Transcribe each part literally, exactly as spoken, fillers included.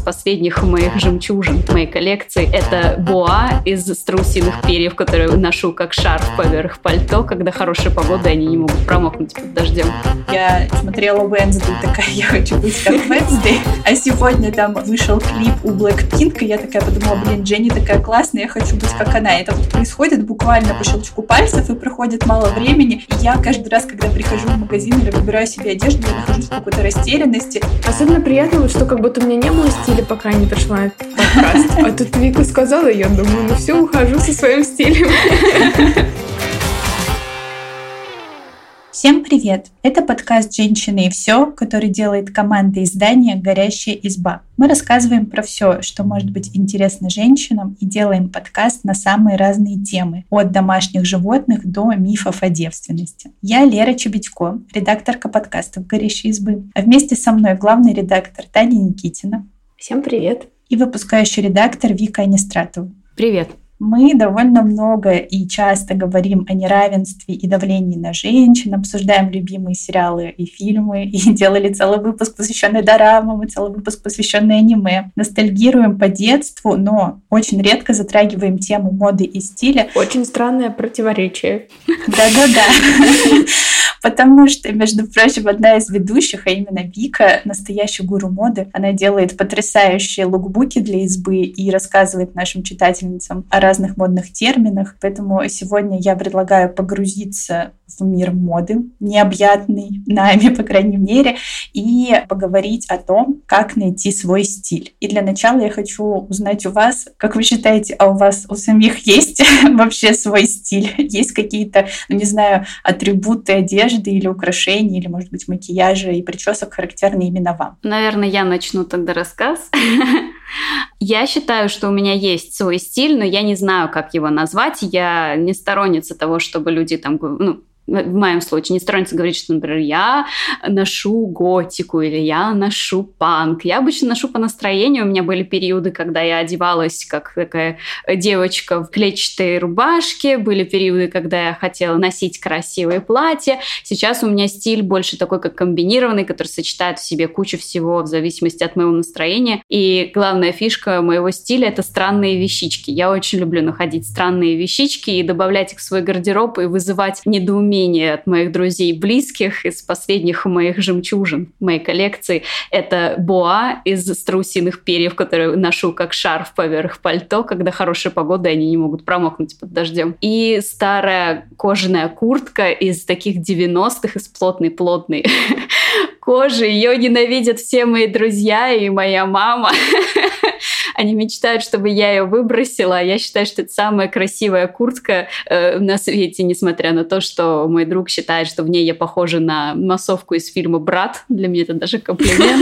последних моих жемчужин моей коллекции. Это боа из страусиных перьев, которые ношу как шарф поверх пальто, когда хорошая погода, они не могут промокнуть под дождем. Я смотрела Wednesday и такая, я хочу быть как Wednesday. А сегодня там вышел клип у Blackpink, и я такая подумала, блин, Дженни такая классная, я хочу быть как она. И это вот происходит буквально по щелчку пальцев, и проходит мало времени. И я каждый раз, когда прихожу в магазин или выбираю себе одежду, я нахожусь в какой-то растерянности. Особенно приятно, вот, что как будто у меня не было стиля, пока не пришла в подкаст. А тут Вика сказала, и я думаю, ну все, ухожу со своим стилем. Всем привет! Это подкаст «Женщины и все», который делает команда издания «Горящая изба». Мы рассказываем про все, что может быть интересно женщинам, и делаем подкаст на самые разные темы, от домашних животных до мифов о девственности. Я Лера Чебедько, редакторка подкастов «Горящей избы», а вместе со мной главный редактор Таня Никитина. Всем привет! И выпускающий редактор Вика Анистратова. Привет! Мы довольно много и часто говорим о неравенстве и давлении на женщин, обсуждаем любимые сериалы и фильмы, и делали целый выпуск, посвященный дорамам, и целый выпуск, посвященный аниме. Ностальгируем по детству, но очень редко затрагиваем тему моды и стиля. Очень странное противоречие. Да-да-да. Потому что, между прочим, одна из ведущих, а именно Вика, настоящий гуру моды, она делает потрясающие лукбуки для избы и рассказывает нашим читательницам о разных модных терминах. Поэтому сегодня я предлагаю погрузиться в мир моды, необъятный нами, по крайней мере, и поговорить о том, как найти свой стиль. И для начала я хочу узнать у вас, как вы считаете, а у вас у самих есть вообще свой стиль? Есть какие-то, ну не знаю, атрибуты одежды, или украшений, или, может быть, макияжа и причесок, характерные именно вам? Наверное, я начну тогда рассказ. Я считаю, что у меня есть свой стиль, но я не знаю, как его назвать. Я не сторонница того, чтобы люди там... ну, в моем случае не сторонница говорить, что, например, я ношу готику или я ношу панк. Я обычно ношу по настроению. У меня были периоды, когда я одевалась как такая девочка в клетчатой рубашке. Были периоды, когда я хотела носить красивые платья. Сейчас у меня стиль больше такой, как комбинированный, который сочетает в себе кучу всего в зависимости от моего настроения. И главная фишка моего стиля — это странные вещички. Я очень люблю находить странные вещички и добавлять их в свой гардероб и вызывать недоумение от моих друзей и близких. Из последних моих жемчужин моей коллекции это боа из страусиных перьев, которые ношу как шарф поверх пальто, когда хорошая погода, они не могут промокнуть под дождем. И старая кожаная куртка из таких девяностых, из плотной-плотной кожи. Ее ненавидят все мои друзья и моя мама. Они мечтают, чтобы я ее выбросила. Я считаю, что это самая красивая куртка э, на свете, несмотря на то, что мой друг считает, что в ней я похожа на массовку из фильма «Брат». Для меня это даже комплимент.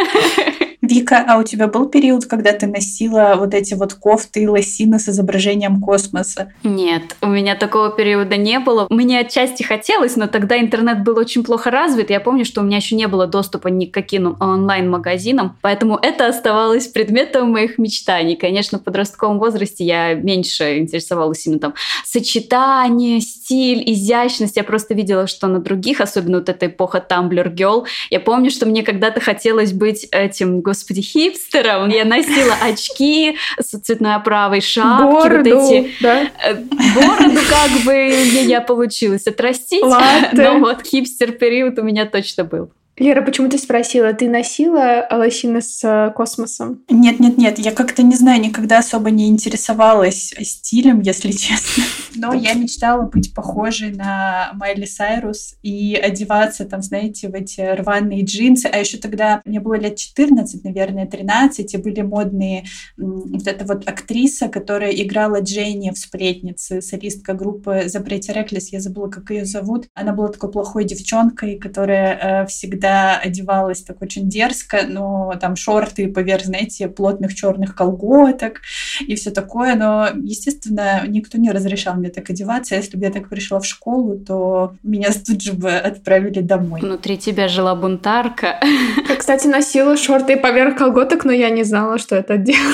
Вика, а у тебя был период, когда ты носила вот эти вот кофты и лосины с изображением космоса? Нет, у меня такого периода не было. Мне отчасти хотелось, но тогда интернет был очень плохо развит. Я помню, что у меня еще не было доступа ни к каким онлайн-магазинам, поэтому это оставалось предметом моих мечтаний. Конечно, в подростковом возрасте я меньше интересовалась именно там сочетание, стиль, изящность. Я просто видела, что на других, особенно вот эта эпоха Tumblr Girl, я помню, что мне когда-то хотелось быть этим, господи, хипстером. Я носила очки с цветной оправой, шапки, бороду, вот эти... Да? Бороду как бы у меня получилось отрастить, но вот хипстер-период у меня точно был. Лера, почему ты спросила, ты носила лосины с космосом? Нет-нет-нет, я как-то, не знаю, никогда особо не интересовалась стилем, если честно. Но я мечтала быть похожей на Майли Сайрус и одеваться там, знаете, в эти рваные джинсы. А еще тогда мне было лет четырнадцать, наверное, тринадцать, и были модные... Вот эта вот актриса, которая играла Дженни в «Сплетнице», солистка группы The Pretty Reckless, я забыла, как ее зовут. Она была такой плохой девчонкой, которая э, всегда одевалась так очень дерзко, но там шорты поверх, знаете, плотных черных колготок и все такое. Но, естественно, никто не разрешал мне так одеваться. Если бы я так пришла в школу, то меня тут же бы отправили домой. Внутри тебя жила бунтарка. Я, кстати, носила шорты поверх колготок, но я не знала, что это дерзко.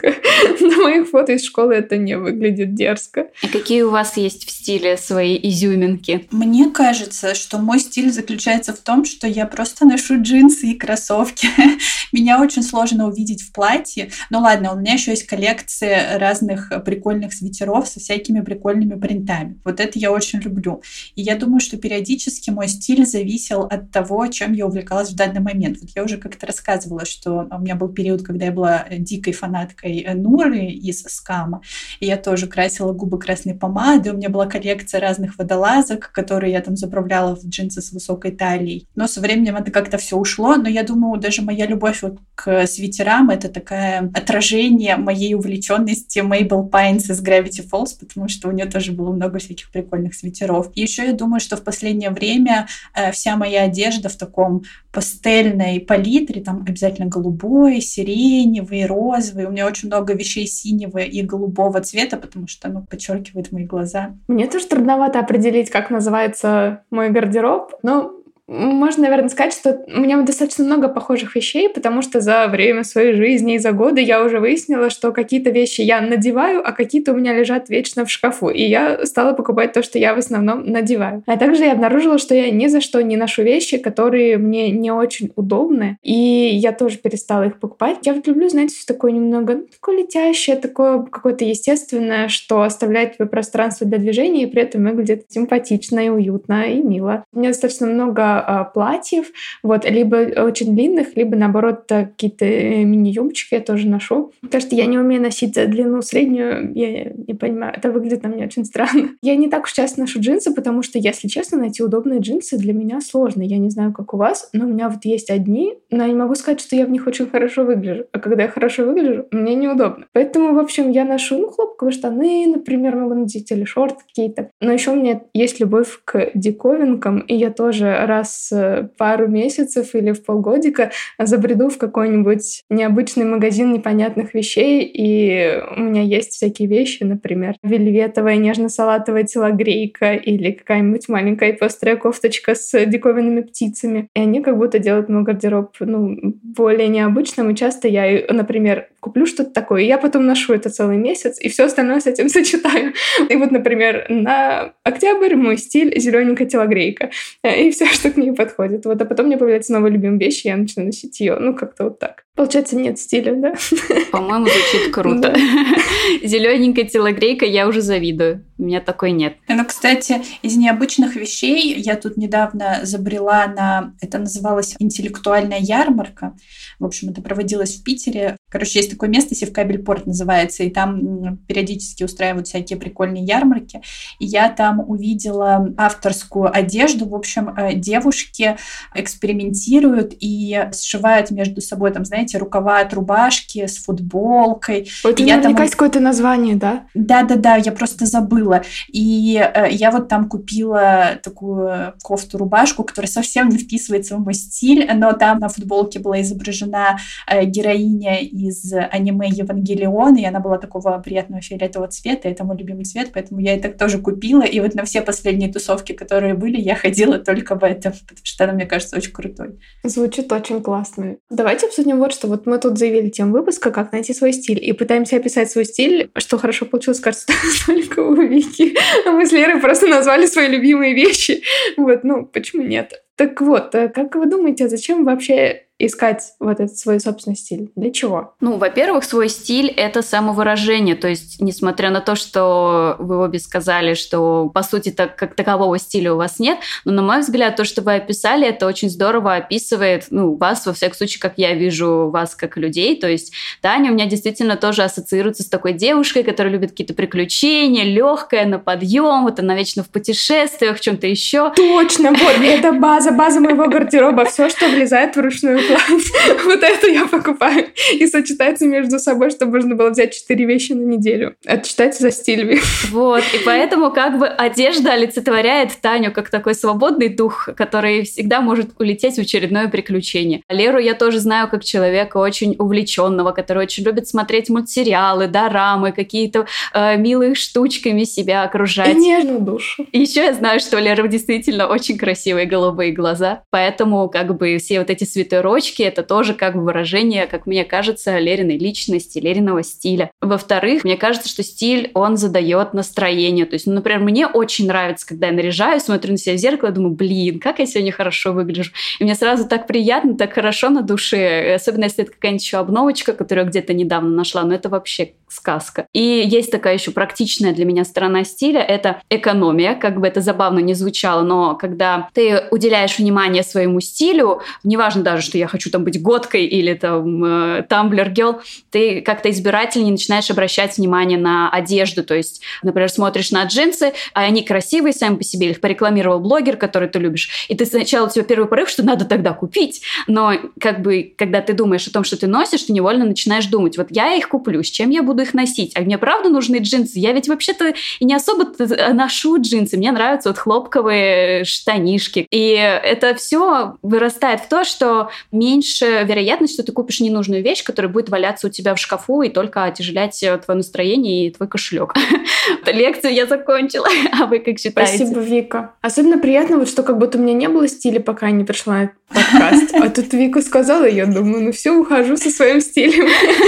дерзко. На моих фото из школы это не выглядит дерзко. А какие у вас есть в стиле свои изюминки? Мне кажется, что мой стиль заключается в том, что я просто ношу джинсы и кроссовки. Меня очень сложно увидеть в платье. Ну ладно, у меня еще есть коллекция разных прикольных свитеров со всякими прикольными принтами. Вот это я очень люблю. И я думаю, что периодически мой стиль зависел от того, чем я увлекалась в данный момент. Вот я уже как-то рассказывала, что у меня был период, когда я была дикой фанаткой Нуры из Скама, и я тоже красила губы красной помадой. У меня была коллекция разных водолазок, которые я там заправляла в джинсы с высокой талией. Но со временем это как-то все ушло. Но я думаю, даже моя любовь вот к свитерам — это такое отражение моей увлеченности Мейбл Пайнс из Gravity Falls, потому что у нее тоже было много всяких прикольных свитеров. И еще я думаю, что в последнее время э, вся моя одежда в таком пастельной палитре, там обязательно голубой, сиреневый, розовый. У меня очень много вещей синего и голубого цвета, потому что оно подчеркивает мои глаза. Мне тоже трудновато определить, как называется мой гардероб, но можно, наверное, сказать, что у меня достаточно много похожих вещей, потому что за время своей жизни и за годы я уже выяснила, что какие-то вещи я надеваю, а какие-то у меня лежат вечно в шкафу. И я стала покупать то, что я в основном надеваю. А также я обнаружила, что я ни за что не ношу вещи, которые мне не очень удобны. И я тоже перестала их покупать. Я вот люблю, знаете, все такое немного такое летящее, такое какое-то естественное, что оставляет тебе пространство для движения и при этом выглядит симпатично и уютно и мило. У меня достаточно много платьев, вот, либо очень длинных, либо, наоборот, какие-то мини-юбочки я тоже ношу. Кажется, я не умею носить за длину среднюю, я не понимаю, это выглядит на мне очень странно. Я не так уж часто ношу джинсы, потому что, если честно, найти удобные джинсы для меня сложно. Я не знаю, как у вас, но у меня вот есть одни, но я не могу сказать, что я в них очень хорошо выгляжу. А когда я хорошо выгляжу, мне неудобно. Поэтому, в общем, я ношу, ну, хлопковые штаны, например, могу надеть, или шорты какие-то. Но еще у меня есть любовь к диковинкам, и я тоже раз пару месяцев или в полгодика забреду в какой-нибудь необычный магазин непонятных вещей, и у меня есть всякие вещи, например, вельветовая нежно-салатовая телогрейка или какая-нибудь маленькая пестрая кофточка с диковинными птицами. И они как будто делают мой гардероб, ну, более необычным, и часто я, например, куплю что-то такое, и я потом ношу это целый месяц, и все остальное с этим сочетаю. И вот, например, на октябрь мой стиль зелененькая телогрейка, и все, что к ней подходит. Вот, а потом мне появляется новая любимая вещь, и я начну носить ее. Ну, как-то вот так. Получается, нет стиля, да? По-моему, звучит круто. Зелененькая телогрейка, я уже завидую. У меня такой нет. Ну, кстати, из необычных вещей я тут недавно забрела на... Это называлось интеллектуальная ярмарка. В общем, это проводилось в Питере. Короче, есть такое место, Севкабель-Порт называется, и там периодически устраивают всякие прикольные ярмарки. И я там увидела авторскую одежду. В общем, девушки экспериментируют и сшивают между собой, там, знаете, рукава от рубашки с футболкой. Это и наверняка там... есть какое-то название, да? Да-да-да, я просто забыла. И э, я вот там купила такую кофту-рубашку, которая совсем не вписывается в мой стиль, но там на футболке была изображена э, героиня из аниме «Евангелион», и она была такого приятного фиолетового цвета, и это мой любимый цвет, поэтому я это тоже купила. И вот на все последние тусовки, которые были, я ходила только в этом, потому что она, мне кажется, очень крутой. Звучит очень классно. Давайте обсудим вот что. Вот мы тут заявили тему выпуска, как найти свой стиль, и пытаемся описать свой стиль. Что хорошо получилось, кажется, только у Вики. А мы с Лерой просто назвали свои любимые вещи. Вот, ну, почему нет? Так вот, как вы думаете, зачем вообще искать вот этот свой собственный стиль? Для чего? Ну, во-первых, свой стиль — это самовыражение. То есть, несмотря на то, что вы обе сказали, что, по сути, так, как такового стиля у вас нет, но, на мой взгляд, то, что вы описали, это очень здорово описывает, ну, вас, во всяком случае, как я вижу вас как людей. То есть Таня у меня действительно тоже ассоциируется с такой девушкой, которая любит какие-то приключения, легкая, на подъем, вот она вечно в путешествиях, в чем-то еще. Точно, вот, это база, база моего гардероба. Все, что влезает в ручную кладь. Вот это я покупаю. И сочетается между собой, чтобы можно было взять четыре вещи на неделю. Это считается за стиль. Вот, и поэтому как бы одежда олицетворяет Таню как такой свободный дух, который всегда может улететь в очередное приключение. Леру я тоже знаю как человека очень увлеченного, который очень любит смотреть мультсериалы, дорамы, какие-то э, милые штучками себя окружать. И нежную душу. И еще я знаю, что Лера действительно очень красивые голубые глаза. Поэтому как бы все вот эти свитерочки — это тоже как бы выражение, как мне кажется, Лериной личности, Лериного стиля. Во-вторых, мне кажется, что стиль, он задает настроение. То есть, ну, например, мне очень нравится, когда я наряжаюсь, смотрю на себя в зеркало и думаю, блин, как я сегодня хорошо выгляжу. И мне сразу так приятно, так хорошо на душе. Особенно, если это какая-нибудь еще обновочка, которую я где-то недавно нашла. Но это вообще сказка. И есть такая еще практичная для меня сторона стиля — это экономия. Как бы это забавно не звучало, но когда ты уделяешь внимание своему стилю, неважно даже, что я хочу там быть готкой или там тамблер-герл, ты как-то избирательнее начинаешь обращать внимание на одежду. То есть, например, смотришь на джинсы, а они красивые сами по себе, их порекламировал блогер, который ты любишь, и ты сначала, у тебя первый порыв, что надо тогда купить, но как бы, когда ты думаешь о том, что ты носишь, ты невольно начинаешь думать, вот я их куплю, с чем я буду их носить? А мне правда нужны джинсы? Я ведь вообще-то и не особо ношу джинсы, мне нравятся вот хлопковые штанишки. И это все вырастает в то, что меньше вероятность, что ты купишь ненужную вещь, которая будет валяться у тебя в шкафу и только отяжелять твое настроение и твой кошелек. Лекцию я закончила, а вы как считаете? Спасибо, Вика. Особенно приятно, вот что как будто у меня не было стиля, пока я не пришла на подкаст. А тут Вика сказала, и я думаю, ну все, ухожу со своим стилем.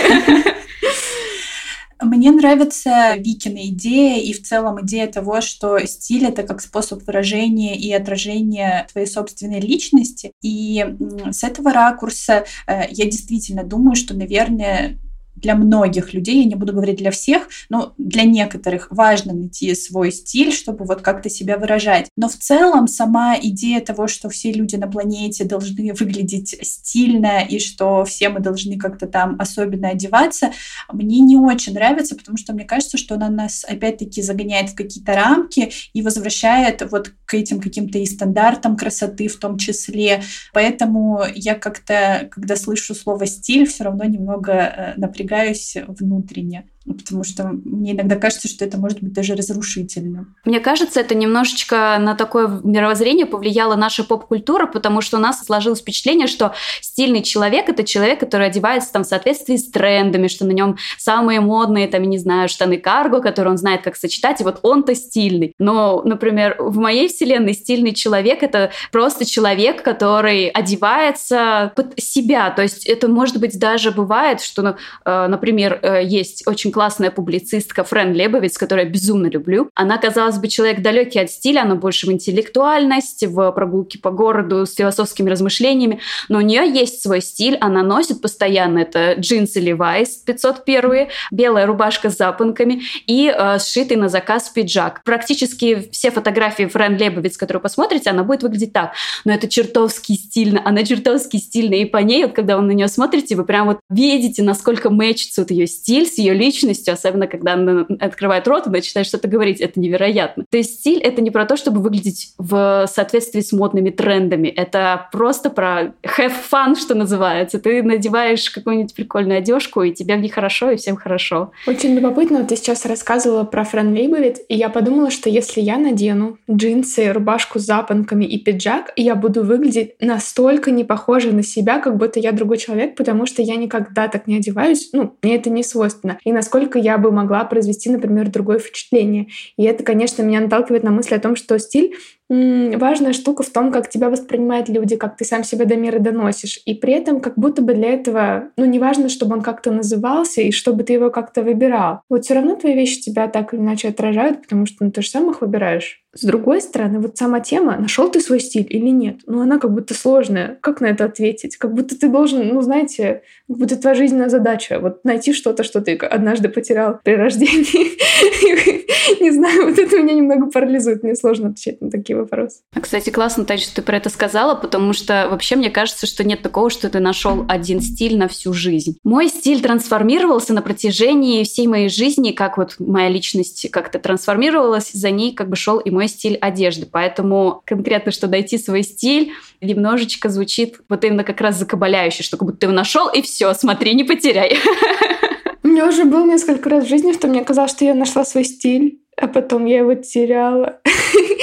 Мне нравится Викина идея и в целом идея того, что стиль — это как способ выражения и отражения твоей собственной личности. И с этого ракурса я действительно думаю, что, наверное, для многих людей, я не буду говорить для всех, но для некоторых важно найти свой стиль, чтобы вот как-то себя выражать. Но в целом сама идея того, что все люди на планете должны выглядеть стильно и что все мы должны как-то там особенно одеваться, мне не очень нравится, потому что мне кажется, что она нас опять-таки загоняет в какие-то рамки и возвращает вот к этим каким-то и стандартам красоты в том числе. Поэтому я как-то, когда слышу слово «стиль», все равно немного напрягаюсь внутренне, потому что мне иногда кажется, что это может быть даже разрушительно. Мне кажется, это немножечко на такое мировоззрение повлияла наша поп-культура, потому что у нас сложилось впечатление, что стильный человек — это человек, который одевается там в соответствии с трендами, что на нем самые модные, там, я не знаю, штаны карго, которые он знает, как сочетать, и вот он-то стильный. Но, например, в моей вселенной стильный человек — это просто человек, который одевается под себя. То есть это, может быть, даже бывает, что, например, есть очень классная публицистка Фрэн Лебовиц, которую я безумно люблю. Она, казалось бы, человек далекий от стиля, она больше в интеллектуальность, в прогулке по городу с философскими размышлениями, но у нее есть свой стиль, она носит постоянно это джинсы Levi's пятьсот один, белая рубашка с запонками и э, сшитый на заказ пиджак. Практически все фотографии Фрэн Лебовиц, которые посмотрите, она будет выглядеть так. Но это чертовски стильно, она чертовски стильная, и по ней, вот, когда вы на нее смотрите, вы прям вот видите, насколько мэчится вот ее стиль с ее личностью, особенно когда она открывает рот и начинает что-то говорить. Это невероятно. То есть стиль — это не про то, чтобы выглядеть в соответствии с модными трендами. Это просто про have fun, что называется. Ты надеваешь какую-нибудь прикольную одежку, и тебе в ней хорошо, и всем хорошо. Очень любопытно. Ты сейчас рассказывала про Фрэн Лейбовиц, и я подумала, что если я надену джинсы, рубашку с запонками и пиджак, я буду выглядеть настолько не похожа на себя, как будто я другой человек, потому что я никогда так не одеваюсь. Ну, мне это не свойственно. И насколько я бы могла произвести, например, другое впечатление. И это, конечно, меня наталкивает на мысль о том, что стиль м- важная штука в том, как тебя воспринимают люди, как ты сам себя до мира доносишь. И при этом как будто бы для этого, ну, не важно, чтобы он как-то назывался и чтобы ты его как-то выбирал. Вот все равно твои вещи тебя так или иначе отражают, потому что ну, ты же сам их выбираешь. С другой стороны, вот сама тема, нашел ты свой стиль или нет, ну, она как будто сложная. Как на это ответить? Как будто ты должен, ну, знаете, как будто твоя жизненная задача, вот найти что-то, что ты однажды потерял при рождении. Не знаю, вот это меня немного парализует, мне сложно отвечать на такие вопросы. Кстати, классно, Тань, что ты про это сказала, потому что вообще мне кажется, что нет такого, что ты нашел один стиль на всю жизнь. Мой стиль трансформировался на протяжении всей моей жизни, как вот моя личность как-то трансформировалась, за ней как бы шел и мой стиль одежды. Поэтому конкретно, что найти свой стиль, немножечко звучит вот именно как раз закабаляюще, что как будто ты его нашел, и все, смотри, не потеряй. У меня уже было несколько раз в жизни, что мне казалось, что я нашла свой стиль, а потом я его теряла.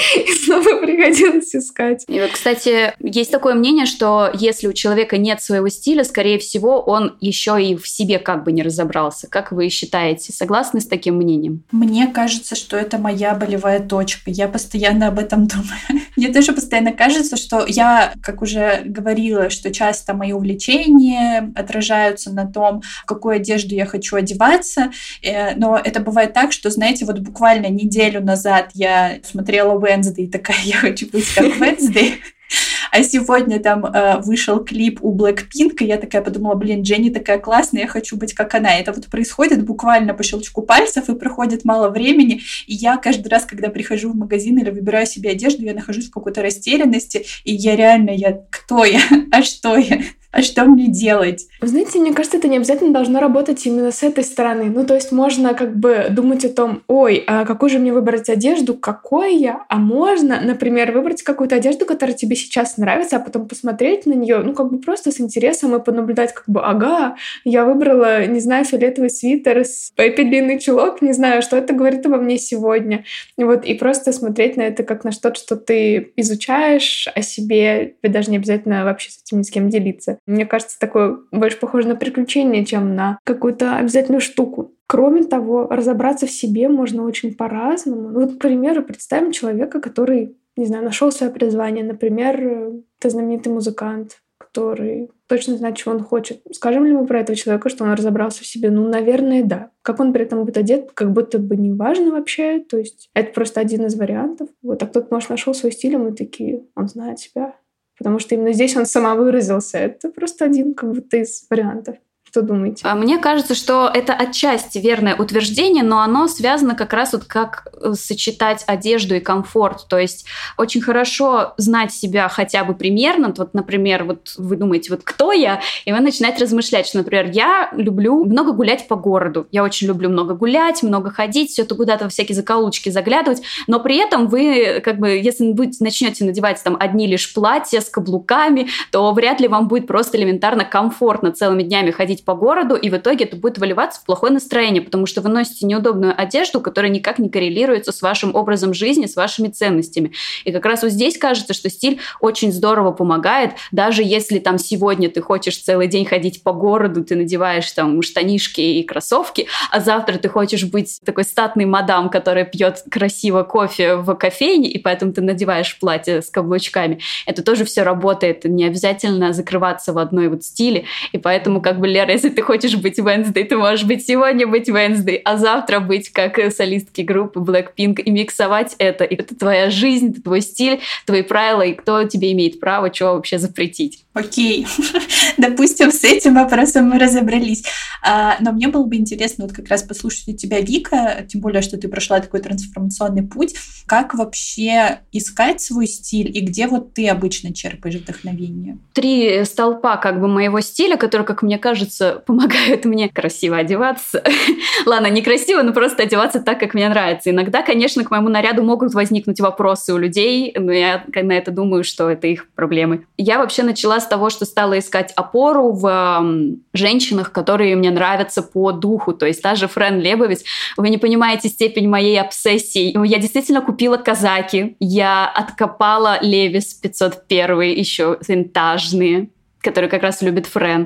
и снова приходилось искать. И вот, кстати, есть такое мнение, что если у человека нет своего стиля, скорее всего, он еще и в себе как бы не разобрался. Как вы считаете, согласны с таким мнением? Мне кажется, что это моя болевая точка. Я постоянно об этом думаю. Мне тоже постоянно кажется, что я, как уже говорила, что часто мои увлечения отражаются на том, в какую одежду я хочу одеваться. Но это бывает так, что, знаете, вот буквально неделю назад я смотрела Wednesday и такая, я хочу быть как Wednesday. А сегодня там э, вышел клип у Blackpink, и я такая подумала, блин, Дженни такая классная, я хочу быть как она. И это вот происходит буквально по щелчку пальцев, и проходит мало времени. И я каждый раз, когда прихожу в магазин или выбираю себе одежду, я нахожусь в какой-то растерянности, и я реально, я кто я, а что я? А что мне делать? Вы знаете, мне кажется, это не обязательно должно работать именно с этой стороны. Ну, то есть можно как бы думать о том, ой, а какую же мне выбрать одежду, какой я? А можно, например, выбрать какую-то одежду, которая тебе сейчас нравится, а потом посмотреть на нее, ну, как бы просто с интересом и понаблюдать, как бы, ага, я выбрала, не знаю, фиолетовый свитер с Пеппи длинный чулок, не знаю, что это говорит обо мне сегодня. И вот, и просто смотреть на это как на что-то, что ты изучаешь о себе, и даже не обязательно вообще с этим ни с кем делиться. Мне кажется, такое больше похоже на приключение, чем на какую-то обязательную штуку. Кроме того, разобраться в себе можно очень по-разному. Ну, вот, к примеру, представим человека, который, не знаю, нашел свое призвание. Например, это знаменитый музыкант, который точно знает, чего он хочет. Скажем ли мы про этого человека, что он разобрался в себе? Ну, наверное, да. Как он при этом будет одет, как будто бы не важно вообще. То есть это просто один из вариантов. Вот, а кто-то, может, нашел свой стиль, и мы такие, он знает себя. Потому что именно здесь он самовыразился. Это просто один как будто из вариантов. Что думаете? Мне кажется, что это отчасти верное утверждение, но оно связано как раз вот как сочетать одежду и комфорт. То есть очень хорошо знать себя хотя бы примерно. Вот, например, вот вы думаете, вот кто я? И вы начинаете размышлять, что, например, я люблю много гулять по городу. Я очень люблю много гулять, много ходить, все это куда-то во всякие закоулочки заглядывать. Но при этом вы, как бы, если вы начнете надевать там одни лишь платья с каблуками, то вряд ли вам будет просто элементарно комфортно целыми днями ходить по городу, и в итоге это будет выливаться в плохое настроение, потому что вы носите неудобную одежду, которая никак не коррелируется с вашим образом жизни, с вашими ценностями. И как раз вот здесь кажется, что стиль очень здорово помогает, даже если там сегодня ты хочешь целый день ходить по городу, ты надеваешь там штанишки и кроссовки, а завтра ты хочешь быть такой статной мадам, которая пьет красиво кофе в кофейне, и поэтому ты надеваешь платье с каблучками. Это тоже все работает, не обязательно закрываться в одной вот стиле, и поэтому как бы, Лера, если ты хочешь быть Wednesday, ты можешь быть сегодня быть Wednesday, а завтра быть как солистки группы Blackpink и миксовать это. И это твоя жизнь, это твой стиль, твои правила, и кто тебе имеет право что вообще запретить. Окей, допустим, с этим вопросом мы разобрались. А, но мне было бы интересно вот как раз послушать у тебя, Вика, тем более, что ты прошла такой трансформационный путь. Как вообще искать свой стиль и где вот ты обычно черпаешь вдохновение? Три столпа как бы моего стиля, которые, как мне кажется, помогают мне красиво одеваться. Ладно, не красиво, но просто одеваться так, как мне нравится. Иногда, конечно, к моему наряду могут возникнуть вопросы у людей, но я на это думаю, что это их проблемы. Я вообще начала с того, что стала искать опору в э, женщинах, которые мне нравятся по духу. То есть та же Фрэн Лебовиц. Вы не понимаете степень моей обсессии. Я действительно купила казаки. Я откопала Левис пятьсот один, еще винтажные, который как раз любит Фрэн.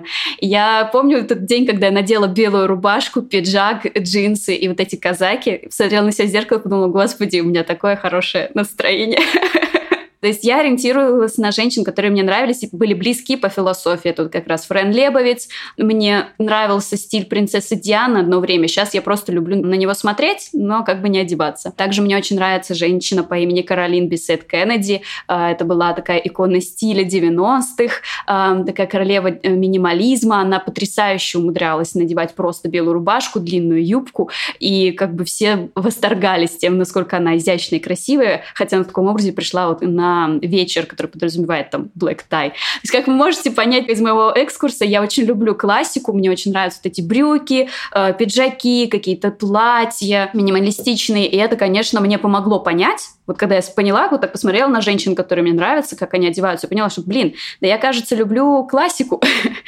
Я помню тот день, когда я надела белую рубашку, пиджак, джинсы и вот эти казаки, посмотрела на себя в зеркало и подумала, господи, у меня такое хорошее настроение. То есть я ориентировалась на женщин, которые мне нравились и были близки по философии. Тут как раз Фрэн Лебовиц. Мне нравился стиль принцессы Дианы одно время. Сейчас я просто люблю на него смотреть, но как бы не одеваться. Также мне очень нравится женщина по имени Каролин Бисет Кеннеди. Это была такая икона стиля девяностых, такая королева минимализма. Она потрясающе умудрялась надевать просто белую рубашку, длинную юбку. И как бы все восторгались тем, насколько она изящная и красивая. Хотя она в таком образе пришла вот на вечер, который подразумевает там black tie. То есть, как вы можете понять из моего экскурса, я очень люблю классику, мне очень нравятся вот эти брюки, э, пиджаки, какие-то платья минималистичные, и это, конечно, мне помогло понять, Вот когда я поняла, вот так посмотрела на женщин, которые мне нравятся, как они одеваются, поняла, что, блин, да я, кажется, люблю классику,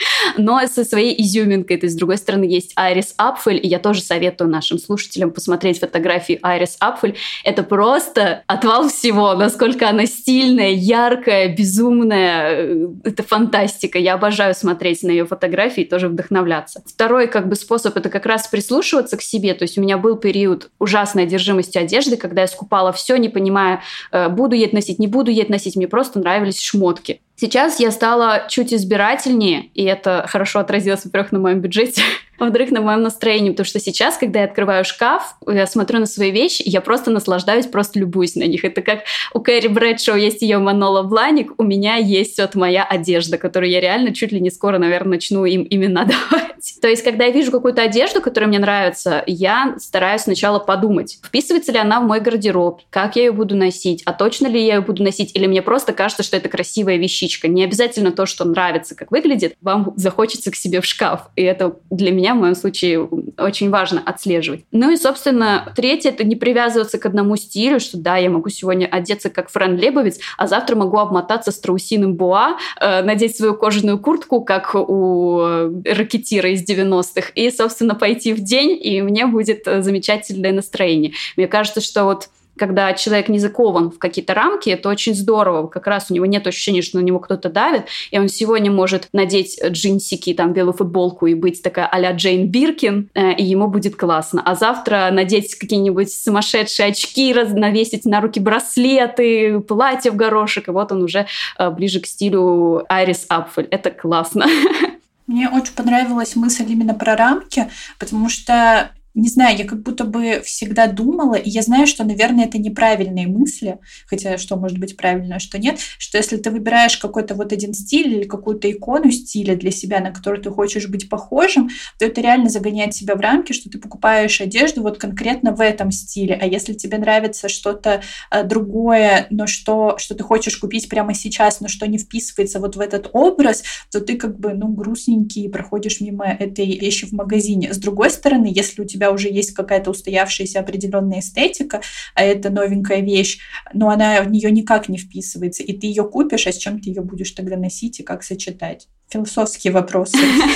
но со своей изюминкой. То есть, с другой стороны, есть Айрис Апфель, и я тоже советую нашим слушателям посмотреть фотографии Айрис Апфель. Это просто отвал всего, насколько она стильная, яркая, безумная. Это фантастика. Я обожаю смотреть на ее фотографии и тоже вдохновляться. Второй как бы способ — это как раз прислушиваться к себе. То есть у меня был период ужасной одержимости одежды, когда я скупала все, не понимая, буду я это носить, не буду я это носить. Мне просто нравились шмотки. Сейчас я стала чуть избирательнее, и это хорошо отразилось, во-первых, на моем бюджете, а во-вторых, на моем настроении, потому что сейчас, когда я открываю шкаф, я смотрю на свои вещи, я просто наслаждаюсь, просто любуюсь на них. Это как у Кэрри Брэдшоу есть ее Манола Блahnik, у меня есть вот моя одежда, которую я реально чуть ли не скоро, наверное, начну им имена давать. То есть, когда я вижу какую-то одежду, которая мне нравится, я стараюсь сначала подумать, вписывается ли она в мой гардероб, как я ее буду носить, а точно ли я ее буду носить, или мне просто кажется, что это красивая вещичка. Не обязательно то, что нравится, как выглядит, вам захочется к себе в шкаф. И это для меня, в моем случае, очень важно отслеживать. Ну и, собственно, третье — это не привязываться к одному стилю, что да, я могу сегодня одеться как Фран Лебовиц, а завтра могу обмотаться страусиным боа, э, надеть свою кожаную куртку, как у ракетира из девяностых, и, собственно, пойти в день, и мне будет замечательное настроение. Мне кажется, что вот когда человек не закован в какие-то рамки, это очень здорово. Как раз у него нет ощущения, что на него кто-то давит, и он сегодня может надеть джинсики, там, белую футболку и быть такая а-ля Джейн Биркин, э, и ему будет классно. А завтра надеть какие-нибудь сумасшедшие очки, раз, навесить на руки браслеты, платье в горошек, и вот он уже э, ближе к стилю Айрис Апфель. Это классно. Мне очень понравилась мысль именно про рамки, потому что не знаю, я как будто бы всегда думала, и я знаю, что, наверное, это неправильные мысли, хотя что может быть правильно, а что нет, что если ты выбираешь какой-то вот один стиль или какую-то икону стиля для себя, на которую ты хочешь быть похожим, то это реально загоняет себя в рамки, что ты покупаешь одежду вот конкретно в этом стиле. А если тебе нравится что-то а, другое, но что, что ты хочешь купить прямо сейчас, но что не вписывается вот в этот образ, то ты как бы, ну, грустненький проходишь мимо этой вещи в магазине. С другой стороны, если у тебя уже есть какая-то устоявшаяся определенная эстетика, а это новенькая вещь, но она в нее никак не вписывается, и ты ее купишь, а с чем ты ее будешь тогда носить и как сочетать? Философские вопросы.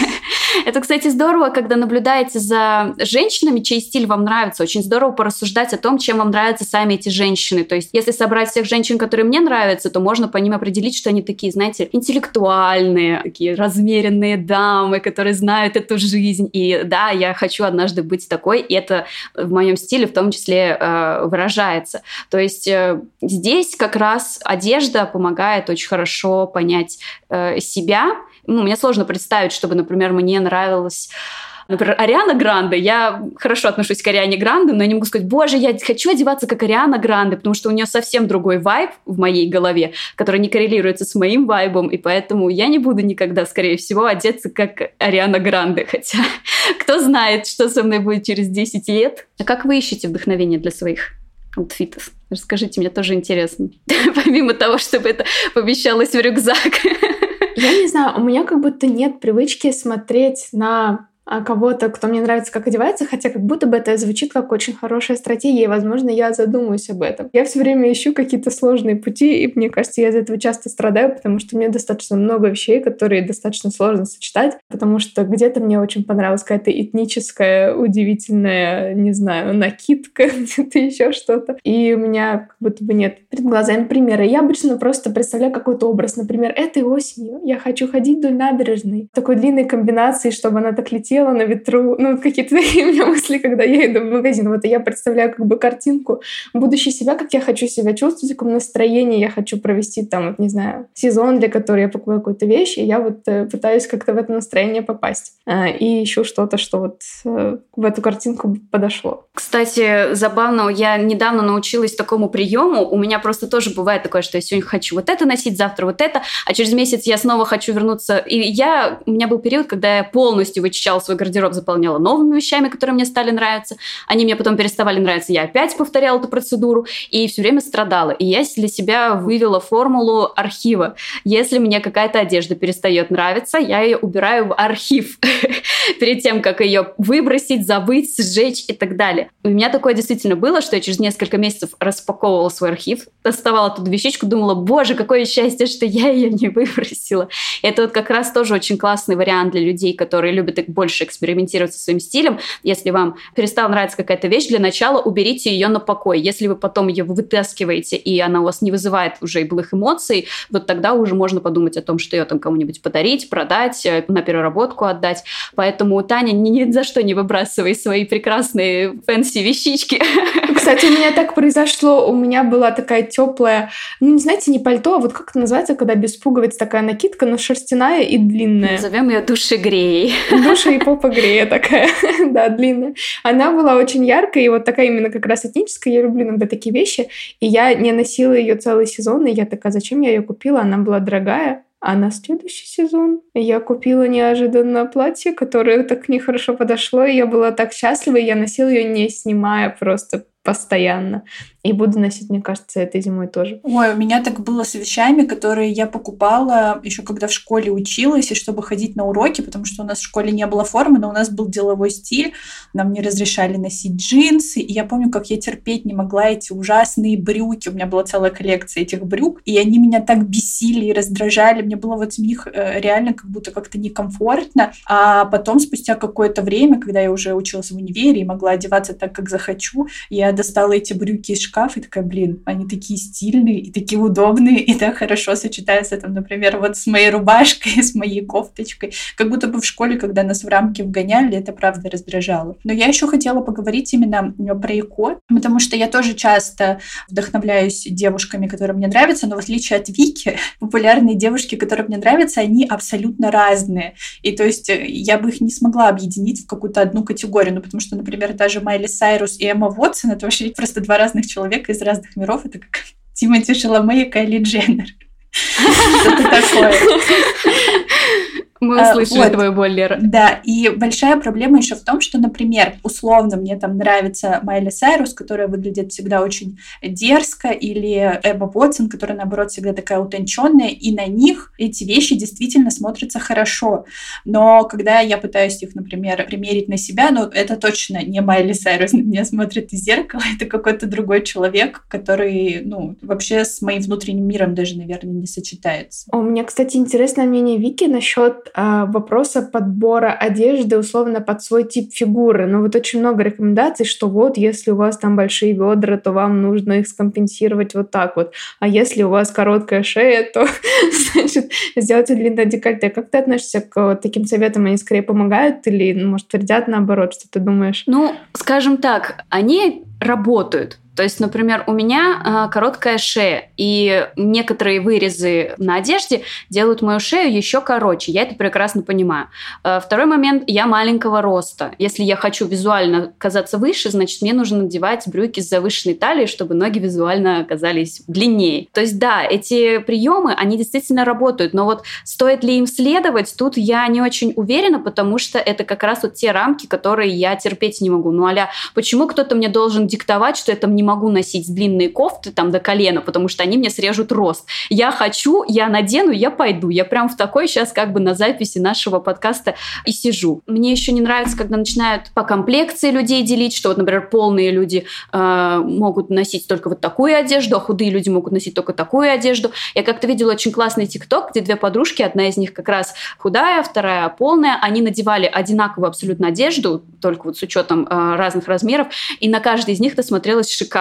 Это, кстати, здорово, когда наблюдаете за женщинами, чей стиль вам нравится. Очень здорово порассуждать о том, чем вам нравятся сами эти женщины. То есть, если собрать всех женщин, которые мне нравятся, то можно по ним определить, что они такие, знаете, интеллектуальные, такие размеренные дамы, которые знают эту жизнь. И да, я хочу однажды быть такой, и это в моем стиле в том числе э, выражается. То есть, э, здесь как раз одежда помогает очень хорошо понять э, себя. Ну, мне сложно представить, чтобы, например, мне нравилось... Например, Ариана Гранде. Я хорошо отношусь к Ариане Гранде, но я не могу сказать, боже, я хочу одеваться как Ариана Гранде, потому что у нее совсем другой вайб в моей голове, который не коррелируется с моим вайбом, и поэтому я не буду никогда, скорее всего, одеться как Ариана Гранде. Хотя кто знает, что со мной будет через десять лет. А как вы ищете вдохновение для своих аутфитов? Расскажите, мне тоже интересно. Помимо того, чтобы это помещалось в рюкзак. Я не знаю, у меня как будто нет привычки смотреть на кого-то, кто мне нравится, как одевается, хотя как будто бы это звучит как очень хорошая стратегия, и, возможно, я задумаюсь об этом. Я все время ищу какие-то сложные пути, и мне кажется, я из-за этого часто страдаю, потому что мне достаточно много вещей, которые достаточно сложно сочетать, потому что где-то мне очень понравилась какая-то этническая, удивительная, не знаю, накидка, где-то еще что-то, и у меня как будто бы нет перед глазами примера. Я обычно просто представляю какой-то образ. Например, этой осенью я хочу ходить вдоль набережной в такой длинной комбинации, чтобы она так летела на ветру. Ну, вот какие-то такие у меня мысли, когда я иду в магазин. Вот и я представляю как бы картинку будущей себя, как я хочу себя чувствовать, в каком настроении я хочу провести там, вот, не знаю, сезон, для которого я покупаю какую-то вещь, и я вот э, пытаюсь как-то в это настроение попасть. Э, и ищу что-то, что вот э, в эту картинку подошло. Кстати, забавно, я недавно научилась такому приему. У меня просто тоже бывает такое, что я сегодня хочу вот это носить, завтра вот это, а через месяц я снова хочу вернуться. И я, у меня был период, когда я полностью вычищала свой гардероб, заполняла новыми вещами, которые мне стали нравиться. Они мне потом переставали нравиться, я опять повторяла эту процедуру и все время страдала. И я для себя вывела формулу архива. Если мне какая-то одежда перестает нравиться, я ее убираю в архив перед тем, как ее выбросить, забыть, сжечь и так далее. У меня такое действительно было, что я через несколько месяцев распаковывала свой архив, доставала ту вещичку, думала, боже, какое счастье, что я ее не выбросила. Это вот как раз тоже очень классный вариант для людей, которые любят больше экспериментировать со своим стилем. Если вам перестала нравиться какая-то вещь, для начала уберите ее на покой. Если вы потом ее вытаскиваете, и она у вас не вызывает уже былых эмоций, вот тогда уже можно подумать о том, что ее там кому-нибудь подарить, продать, на переработку отдать. Поэтому, Таня, ни, ни за что не выбрасывай свои прекрасные фэнси-вещички. Кстати, у меня так произошло. У меня была такая теплая, ну, не знаете, не пальто, а вот как это называется, когда без пуговиц такая накидка, но шерстяная и длинная. Назовем ее душегрей. Душа и попа-грея такая, да, длинная. Она была очень яркая, и вот такая именно как раз этническая. Я люблю иногда такие вещи. И я не носила ее целый сезон, и я такая, зачем я ее купила? Она была дорогая. А на следующий сезон я купила неожиданно платье, которое так нехорошо подошло, и я была так счастлива, и я носила ее не снимая просто постоянно. И буду носить, мне кажется, этой зимой тоже. Ой, у меня так было с вещами, которые я покупала еще когда в школе училась, и чтобы ходить на уроки, потому что у нас в школе не было формы, но у нас был деловой стиль, нам не разрешали носить джинсы, и я помню, как я терпеть не могла эти ужасные брюки, у меня была целая коллекция этих брюк, и они меня так бесили и раздражали, мне было вот в них реально как будто как-то некомфортно, а потом, спустя какое-то время, когда я уже училась в универе и могла одеваться так, как захочу, я достала эти брюки из шкаф и такая, блин, они такие стильные и такие удобные, и так хорошо сочетаются, там, например, вот с моей рубашкой, с моей кофточкой. Как будто бы в школе, когда нас в рамки вгоняли, это правда раздражало. Но я еще хотела поговорить именно про эко, потому что я тоже часто вдохновляюсь девушками, которые мне нравятся, но в отличие от Вики, популярные девушки, которые мне нравятся, они абсолютно разные. И то есть я бы их не смогла объединить в какую-то одну категорию, ну, потому что, например, даже Майли Сайрус и Эмма Уотсон — это вообще просто два разных человека из разных миров. Это как Тимоти Шаламе и Кайли Дженнер. Что-то такое. Мы услышали а, вот. Твою боль, Лера. Да, и большая проблема еще в том, что, например, условно мне там нравится Майли Сайрус, которая выглядит всегда очень дерзко, или Эмма Уотсон, которая, наоборот, всегда такая утонченная, и на них эти вещи действительно смотрятся хорошо. Но когда я пытаюсь их, например, примерить на себя, ну, это точно не Майли Сайрус на меня смотрит из зеркала, это какой-то другой человек, который, ну, вообще с моим внутренним миром даже, наверное, не сочетается. У меня, кстати, интересное мнение Вики насчет вопроса подбора одежды условно под свой тип фигуры. Но вот очень много рекомендаций, что вот если у вас там большие бедра, то вам нужно их скомпенсировать вот так вот. А если у вас короткая шея, то значит сделайте длинное декольте. Как ты относишься к вот таким советам? Они скорее помогают или, может, вредят наоборот? Что ты думаешь? Ну, скажем так, они работают. То есть, например, у меня э, короткая шея, и некоторые вырезы на одежде делают мою шею еще короче. Я это прекрасно понимаю. Э, второй момент. Я маленького роста. Если я хочу визуально казаться выше, значит, мне нужно надевать брюки с завышенной талией, чтобы ноги визуально оказались длиннее. То есть, да, эти приемы, они действительно работают, но вот стоит ли им следовать, тут я не очень уверена, потому что это как раз вот те рамки, которые я терпеть не могу. Ну, а-ля, почему кто-то мне должен диктовать, что это мне могу носить длинные кофты там до колена, потому что они мне срежут рост. Я хочу, я надену, я пойду. Я прям в такой сейчас как бы на записи нашего подкаста и сижу. Мне еще не нравится, когда начинают по комплекции людей делить, что вот, например, полные люди э, могут носить только вот такую одежду, а худые люди могут носить только такую одежду. Я как-то видела очень классный тикток, где две подружки, одна из них как раз худая, вторая полная, они надевали одинаковую абсолютно одежду, только вот с учетом э, разных размеров, и на каждой из них это смотрелось шикарно.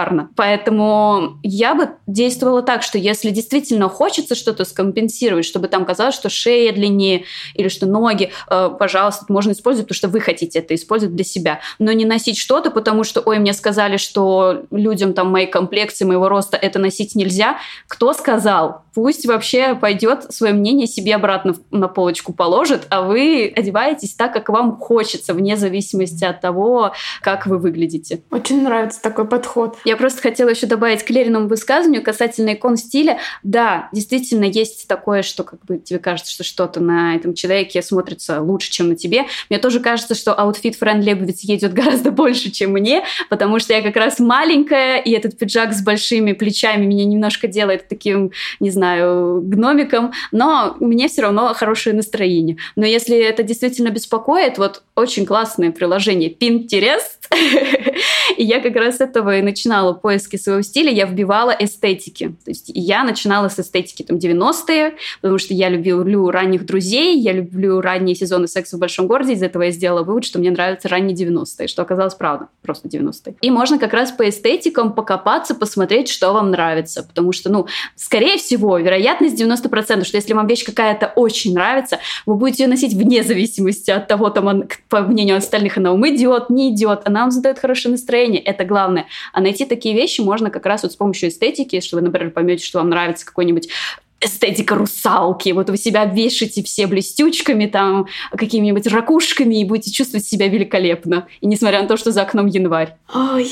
Поэтому я бы действовала так, что если действительно хочется что-то скомпенсировать, чтобы там казалось, что шея длиннее или что ноги, э, пожалуйста, можно использовать, потому что вы хотите это использовать для себя. Но не носить что-то, потому что, ой, мне сказали, что людям там моей комплекции, моего роста это носить нельзя. Кто сказал? Пусть вообще пойдет свое мнение себе обратно на полочку положит, а вы одеваетесь так, как вам хочется, вне зависимости от того, как вы выглядите. Очень нравится нравится такой подход. Я просто хотела еще добавить к Лериному высказыванию касательно икон стиля. Да, действительно, есть такое, что как бы тебе кажется, что что-то на этом человеке смотрится лучше, чем на тебе. Мне тоже кажется, что аутфит Фрэн Лейбовиц едет гораздо больше, чем мне, потому что я как раз маленькая, и этот пиджак с большими плечами меня немножко делает таким, не знаю, гномиком, но мне все равно хорошее настроение. Но если это действительно беспокоит, вот очень классное приложение Pinterest, и я как раз с этого и начинала поиски своего стиля, я вбивала эстетики. То есть я начинала с эстетики там девяностые, потому что я люблю ранних друзей, я люблю ранние сезоны «Секса в большом городе», из этого я сделала вывод, что мне нравятся ранние девяностые, что оказалось правда, просто девяностые. И можно как раз по эстетикам покопаться, посмотреть, что вам нравится, потому что, ну, скорее всего, вероятность девяносто процентов, что если вам вещь какая-то очень нравится, вы будете ее носить вне зависимости от того, там, он, по мнению остальных, она вам идет, не идет, она вам задает хорошее настроение, это главное. А найти такие вещи можно как раз вот с помощью эстетики, что вы, например, поймете, что вам нравится какой-нибудь эстетика русалки. Вот вы себя обвешите все блестючками, там, какими-нибудь ракушками и будете чувствовать себя великолепно. И несмотря на то, что за окном январь. Ой,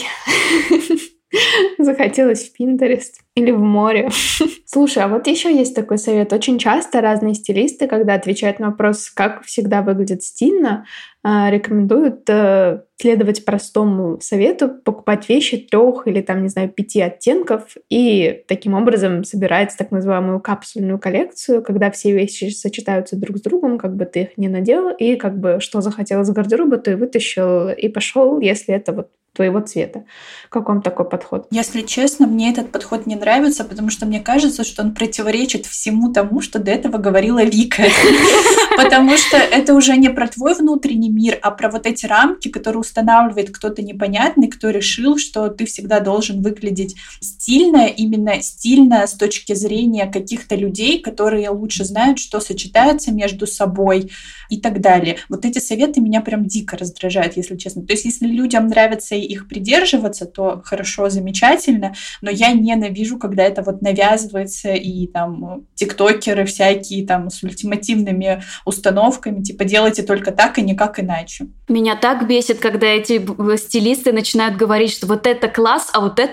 захотелось в Pinterest или в море. Слушай, а вот еще есть такой совет. Очень часто разные стилисты, когда отвечают на вопрос, как всегда выглядит стильно, рекомендуют следовать простому совету, покупать вещи трех или, там, не знаю, пяти оттенков и таким образом собирать так называемую капсульную коллекцию, когда все вещи сочетаются друг с другом, как бы ты их не надел, и как бы что захотел из гардероба, то и вытащил, и пошел, если это вот твоего цвета. Как вам такой подход? Если честно, мне этот подход не нравится, потому что мне кажется, что он противоречит всему тому, что до этого говорила Вика. Потому что это уже не про твой внутренний мир, а про вот эти рамки, которые устанавливает кто-то непонятный, кто решил, что ты всегда должен выглядеть стильно, именно стильно с точки зрения каких-то людей, которые лучше знают, что сочетается между собой и так далее. Вот эти советы меня прям дико раздражают, если честно. То есть, если людям нравится их придерживаться, то хорошо, замечательно, но я ненавижу, когда это вот навязывается, и там тиктокеры всякие там с ультимативными установками, типа делайте только так и никак иначе. Меня так бесит, когда эти стилисты начинают говорить, что вот это класс, а вот это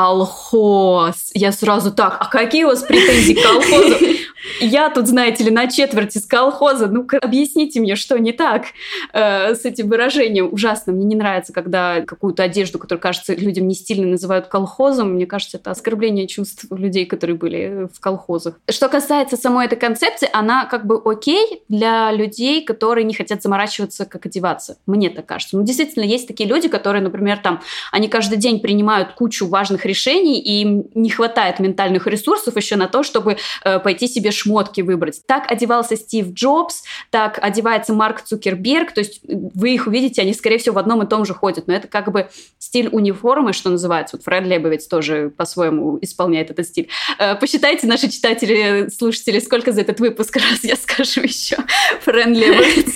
колхоз. Я сразу так, а какие у вас претензии к колхозу? Я тут, знаете ли, на четверть из колхоза. Ну-ка, объясните мне, что не так э, с этим выражением. Ужасно. Мне не нравится, когда какую-то одежду, которая кажется людям не стильной, называют колхозом. Мне кажется, это оскорбление чувств людей, которые были в колхозах. Что касается самой этой концепции, она как бы окей для людей, которые не хотят заморачиваться, как одеваться. Мне так кажется. Ну, действительно, есть такие люди, которые, например, там, они каждый день принимают кучу важных решений, и им не хватает ментальных ресурсов еще на то, чтобы э, пойти себе шмотки выбрать. Так одевался Стив Джобс, так одевается Марк Цукерберг, то есть вы их увидите, они, скорее всего, в одном и том же ходят, но это как бы стиль униформы, что называется. Вот Фрэн Лейбовиц тоже по-своему исполняет этот стиль. Посчитайте, наши читатели, слушатели, сколько за этот выпуск, раз я скажу еще Фрэн Лейбовиц.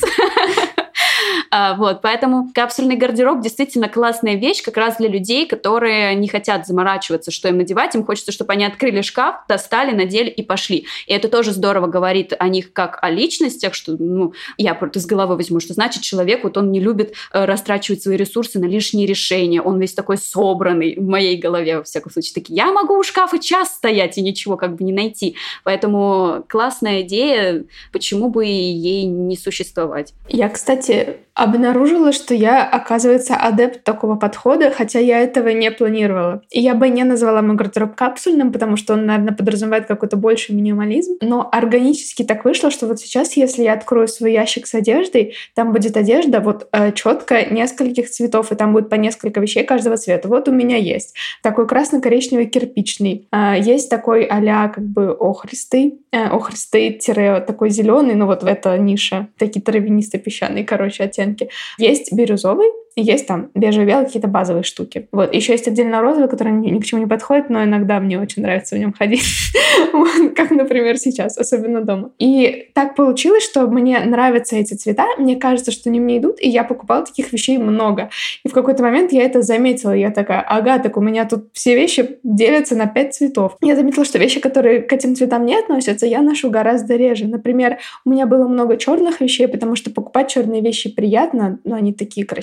А, вот, поэтому капсульный гардероб действительно классная вещь как раз для людей, которые не хотят заморачиваться, что им надевать. Им хочется, чтобы они открыли шкаф, достали, надели и пошли. И это тоже здорово говорит о них как о личностях, что, ну, я просто с головы возьму, что значит человек, вот он не любит э, растрачивать свои ресурсы на лишние решения. Он весь такой собранный в моей голове, во всяком случае. Так я могу у шкафа час стоять и ничего как бы не найти. Поэтому классная идея, почему бы ей не существовать. Я, кстати, обнаружила, что я, оказывается, адепт такого подхода, хотя я этого не планировала. И я бы не назвала мой гардероб капсульным, потому что он, наверное, подразумевает какой-то больший минимализм. Но органически так вышло, что вот сейчас, если я открою свой ящик с одеждой, там будет одежда вот э, четко нескольких цветов, и там будет по несколько вещей каждого цвета. Вот у меня есть такой красно-коричневый кирпичный, э, есть такой а-ля как бы охристый, э, охристый-такой зеленый, ну вот в эта ниша, такие травянисто-песчаные, короче, оттенки. Есть бирюзовый, и есть там бежевый-белый, какие-то базовые штуки. Вот. Еще есть отдельно розовый, который ни, ни к чему не подходит, но иногда мне очень нравится в нем ходить. Как, например, сейчас, особенно дома. И так получилось, что мне нравятся эти цвета, мне кажется, что они мне идут, и я покупала таких вещей много. И в какой-то момент я это заметила. Я такая, ага, так у меня тут все вещи делятся на пять цветов. Я заметила, что вещи, которые к этим цветам не относятся, я ношу гораздо реже. Например, у меня было много черных вещей, потому что покупать черные вещи приятно, но они такие красивые,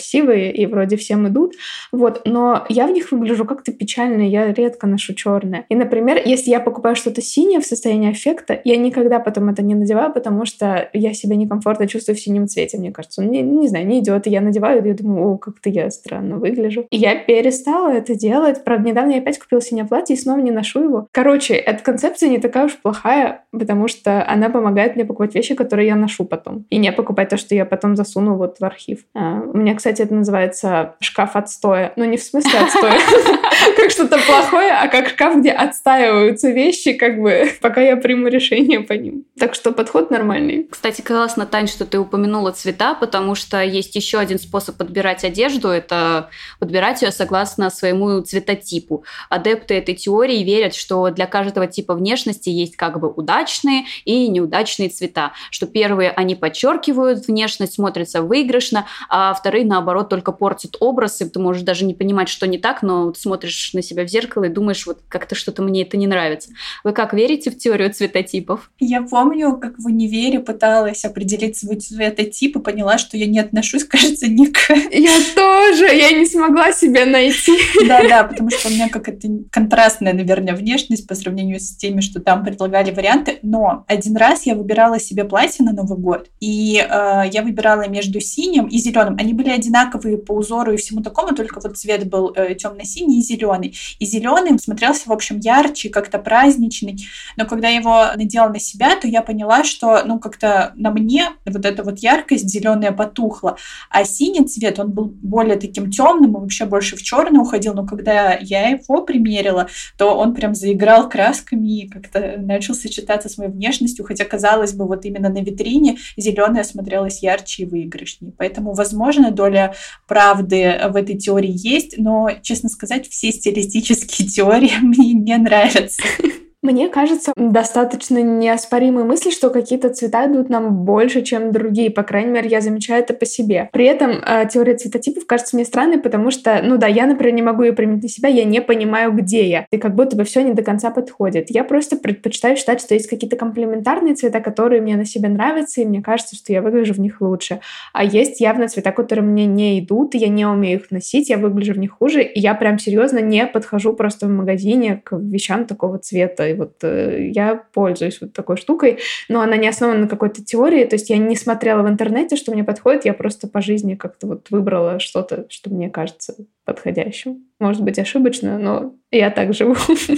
яркие и вроде всем идут. Вот. Но я в них выгляжу как-то печально, я редко ношу черное. И, например, если я покупаю что-то синее в состоянии аффекта, я никогда потом это не надеваю, потому что я себя некомфортно чувствую в синем цвете. Мне кажется, он, не, не знаю, не идет. И я надеваю, и я думаю, о, как-то я странно выгляжу. И я перестала это делать. Правда, недавно я опять купила синее платье и снова не ношу его. Короче, эта концепция не такая уж плохая, потому что она помогает мне покупать вещи, которые я ношу потом. И не покупать то, что я потом засуну вот в архив. А, у меня, кстати, это называется шкаф отстоя. Ну, не в смысле отстоя, как что-то плохое, а как шкаф, где отстаиваются вещи, как бы, пока я приму решение по ним. Так что подход нормальный. Кстати, классно, Тань, что ты упомянула цвета, потому что есть еще один способ подбирать одежду, это подбирать ее согласно своему цветотипу. Адепты этой теории верят, что для каждого типа внешности есть как бы удачные и неудачные цвета, что первые, они подчеркивают внешность, смотрятся выигрышно, а вторые, наоборот, только портят образ, и ты можешь даже не понимать, что не так, но ты смотришь на себя в зеркало и думаешь, вот как-то что-то мне это не нравится. Вы как, верите в теорию цветотипов? Я помню, как в универе пыталась определить свой цветотип и поняла, что я не отношусь, кажется, ни к... Я тоже! Я не смогла себя найти. Да-да, потому что у меня какая-то контрастная, наверное, внешность по сравнению с теми, что там предлагали варианты. Но один раз я выбирала себе платье на Новый год, и э, я выбирала между синим и зеленым. Они были одинаковые по узору и всему такому, только вот цвет был э, темно-синий и зеленый. И зеленый смотрелся, в общем, ярче, как-то праздничный. Но когда я его надела на себя, то я поняла, что, ну, как-то на мне вот эта вот яркость зеленая потухла, а синий цвет, он был более таким темным и вообще больше в черный уходил. Но когда я его примерила, то он прям заиграл красками и как-то начал сочетаться с моей внешностью, хотя, казалось бы, вот именно на витрине зеленая смотрелась ярче и выигрышнее. Поэтому, возможно, доля правды в этой теории есть, но, честно сказать, все стилистические теории мне не нравятся. Мне кажется, достаточно неоспоримой мысли, что какие-то цвета идут нам больше, чем другие. По крайней мере, я замечаю это по себе. При этом э, теория цветотипов кажется мне странной, потому что, ну да, я, например, не могу ее применить на себя, я не понимаю, где я. И как будто бы все не до конца подходит. Я просто предпочитаю считать, что есть какие-то комплементарные цвета, которые мне на себе нравятся, и мне кажется, что я выгляжу в них лучше. А есть явно цвета, которые мне не идут, и я не умею их носить, я выгляжу в них хуже, и я прям серьезно не подхожу просто в магазине к вещам такого цвета. И вот э, я пользуюсь вот такой штукой, но она не основана на какой-то теории, то есть я не смотрела в интернете, что мне подходит, я просто по жизни как-то вот выбрала что-то, что мне кажется подходящим. Может быть, ошибочно, но я так живу.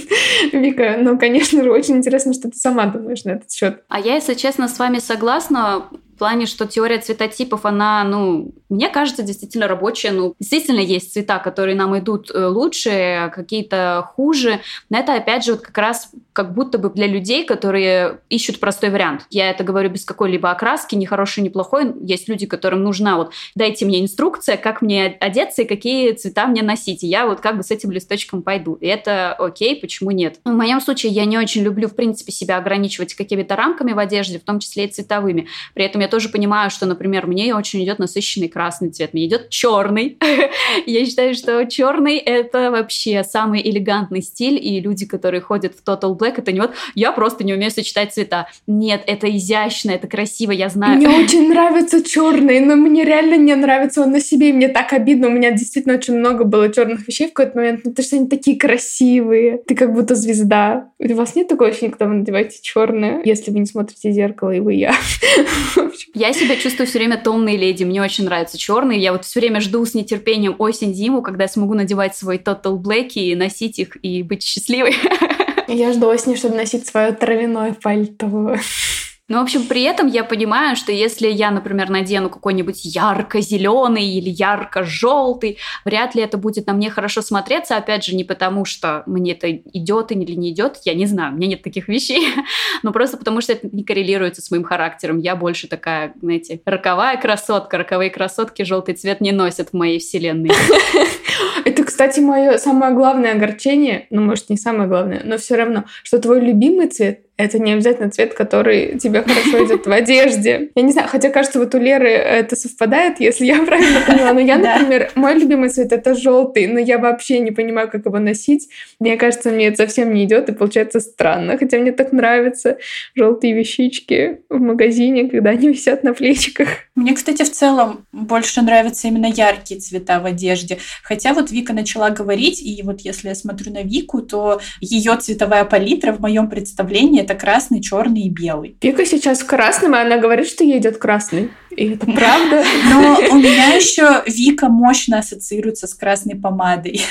Вика, ну, конечно же, очень интересно, что ты сама думаешь на этот счет. А я, если честно, с вами согласна в плане, что теория цветотипов, она, ну, мне кажется, действительно рабочая. Ну, действительно есть цвета, которые нам идут лучше, какие-то хуже. Но это, опять же, вот как раз как будто бы для людей, которые ищут простой вариант. Я это говорю без какой-либо окраски, ни хороший, ни плохой. Есть люди, которым нужна вот, дайте мне инструкция, как мне одеться и какие цвета мне носить. И я вот как бы с этим листочком пойду. И это окей, почему нет? В моем случае я не очень люблю, в принципе, себя ограничивать какими-то рамками в одежде, в том числе и цветовыми. При этом я тоже понимаю, что, например, мне очень идет насыщенный красный цвет, мне идет черный. Я считаю, что черный — это вообще самый элегантный стиль, и люди, которые ходят в Total Black, это не вот я просто не умею сочетать цвета. Нет, это изящно, это красиво, я знаю. Мне очень нравится черный, но мне реально не нравится он на себе, и мне так обидно. У меня действительно очень много было черных вещей в какой-то момент, потому что они такие красивые. Ты как будто звезда. У вас нет такого ощущения, когда вы надеваете черное, если вы не смотрите в зеркало, и вы я? Я себя чувствую все время томной леди. Мне очень нравится черный. Я вот все время жду с нетерпением осень-зиму, когда я смогу надевать свой Total Black и носить их, и быть счастливой. Я жду осени, чтобы носить свое травяное пальто. Ну, в общем, при этом я понимаю, что если я, например, надену какой-нибудь ярко-зеленый или ярко-желтый, вряд ли это будет на мне хорошо смотреться. Опять же, не потому, что мне это идет или не идет, я не знаю, у меня нет таких вещей, но просто потому, что это не коррелируется с моим характером. Я больше такая, знаете, роковая красотка. Роковые красотки желтый цвет не носят в моей вселенной. Это, кстати, мое самое главное огорчение, ну, может, не самое главное, но все равно, что твой любимый цвет — это не обязательно цвет, который тебе хорошо идет в одежде. Я не знаю, хотя кажется, вот у Леры это совпадает, если я правильно поняла. Но я, например, мой любимый цвет — это желтый, но я вообще не понимаю, как его носить. Мне кажется, мне это совсем не идет, и получается странно. Хотя мне так нравятся желтые вещички в магазине, когда они висят на плечиках. Мне, кстати, в целом больше нравятся именно яркие цвета в одежде. Хотя вот Вика начала говорить, и вот если я смотрю на Вику, то ее цветовая палитра в моем представлении — это красный, черный и белый. Вика сейчас в красном, и она говорит, что ей идет красный. И это правда. Но у меня еще Вика мощно ассоциируется с красной помадой.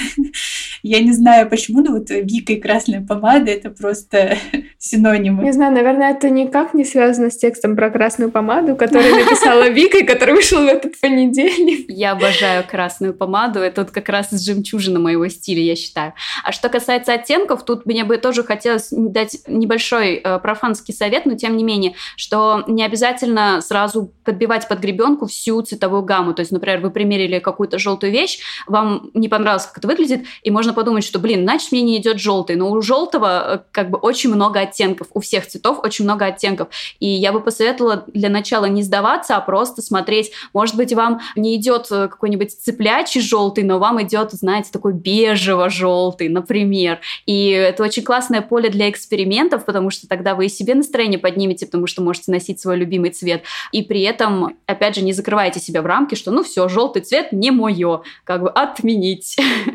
Я не знаю почему, но вот Вика и красная помада — это просто синонимы. Не знаю, наверное, это никак не связано с текстом про красную помаду, который написала Вика, и который вышел в этот понедельник. Я обожаю красную помаду. Это вот как раз жемчужина моего стиля, я считаю. А что касается оттенков, тут мне бы тоже хотелось дать небольшой э, профанский совет, но тем не менее, что не обязательно сразу подбивать под гребенку всю цветовую гамму. То есть, например, вы примерили какую-то желтую вещь, вам не понравилось, как это выглядит, и можно подумать, что, блин, значит, мне не идет желтый. Но у желтого как бы очень много оттенков. У всех цветов очень много оттенков. И я бы посоветовала для начала не сдаваться, а просто смотреть. Может быть, вам не идет какой-нибудь цыплячий желтый, но вам идет, знаете, такой бежево-желтый, например. И это очень классное поле для экспериментов, потому что тогда вы и себе настроение поднимете, потому что можете носить свой любимый цвет. И при этом, опять же, не закрывайте себя в рамки, что, ну все, желтый цвет не мое. Как бы отменить.